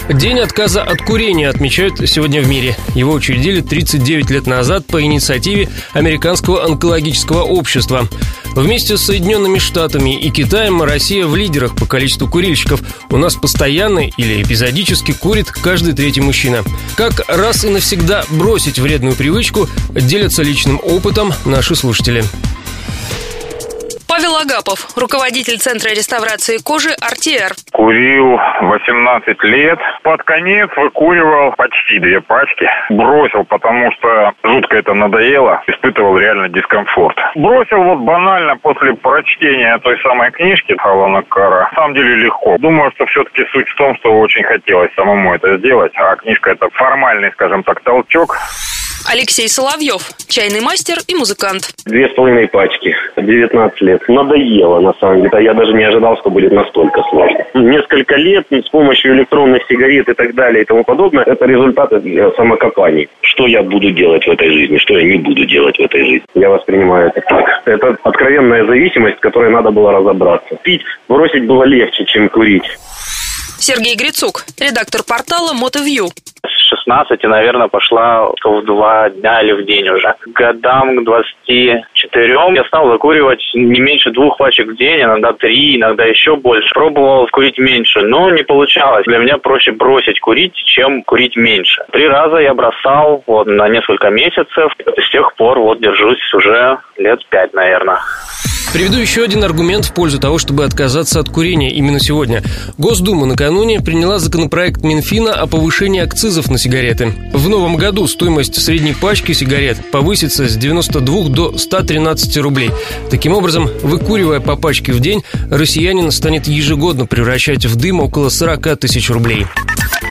День отказа от курения отмечают сегодня в мире. Его учредили 39 лет назад по инициативе Американского онкологического общества. Вместе с Соединенными Штатами и Китаем Россия в лидерах по количеству курильщиков. У нас постоянно или эпизодически курит каждый третий мужчина. Как раз и навсегда бросить вредную привычку, делятся личным опытом наши слушатели. Павел Агапов, руководитель Центра реставрации кожи «Артиэр». Курил 18 лет. Под конец выкуривал почти 2 пачки. Бросил, потому что жутко это надоело. Испытывал реально дискомфорт. Бросил банально после прочтения той самой книжки Алана Карра. На самом деле легко. Думаю, что все-таки суть в том, что очень хотелось самому это сделать. А книжка — это формальный, скажем так, толчок. Алексей Соловьев, чайный мастер и музыкант. 2,5 пачки, 19 лет. Надоело, на самом деле. Я даже не ожидал, что будет настолько сложно. Несколько лет с помощью электронных сигарет и так далее и тому подобное, это результат самокопаний. Что я буду делать в этой жизни, что я не буду делать в этой жизни. Я воспринимаю это так. Это откровенная зависимость, с которой надо было разобраться. Пить, бросить было легче, чем курить. Сергей Грицук, редактор портала MotoView. С 16, наверное, пошла в 2 дня или в день уже. К годам, к 24 я стал закуривать не меньше 2 пачек в день, иногда 3, иногда еще больше. Пробовал курить меньше, но не получалось. Для меня проще бросить курить, чем курить меньше. 3 раза я бросал на несколько месяцев. С тех пор держусь уже лет 5, наверное. Приведу еще один аргумент в пользу того, чтобы отказаться от курения именно сегодня. Госдума накануне приняла законопроект Минфина о повышении акцизов на сигареты. В новом году стоимость средней пачки сигарет повысится с 92 до 113 рублей. Таким образом, выкуривая по пачке в день, россиянин станет ежегодно превращать в дым около 40 тысяч рублей.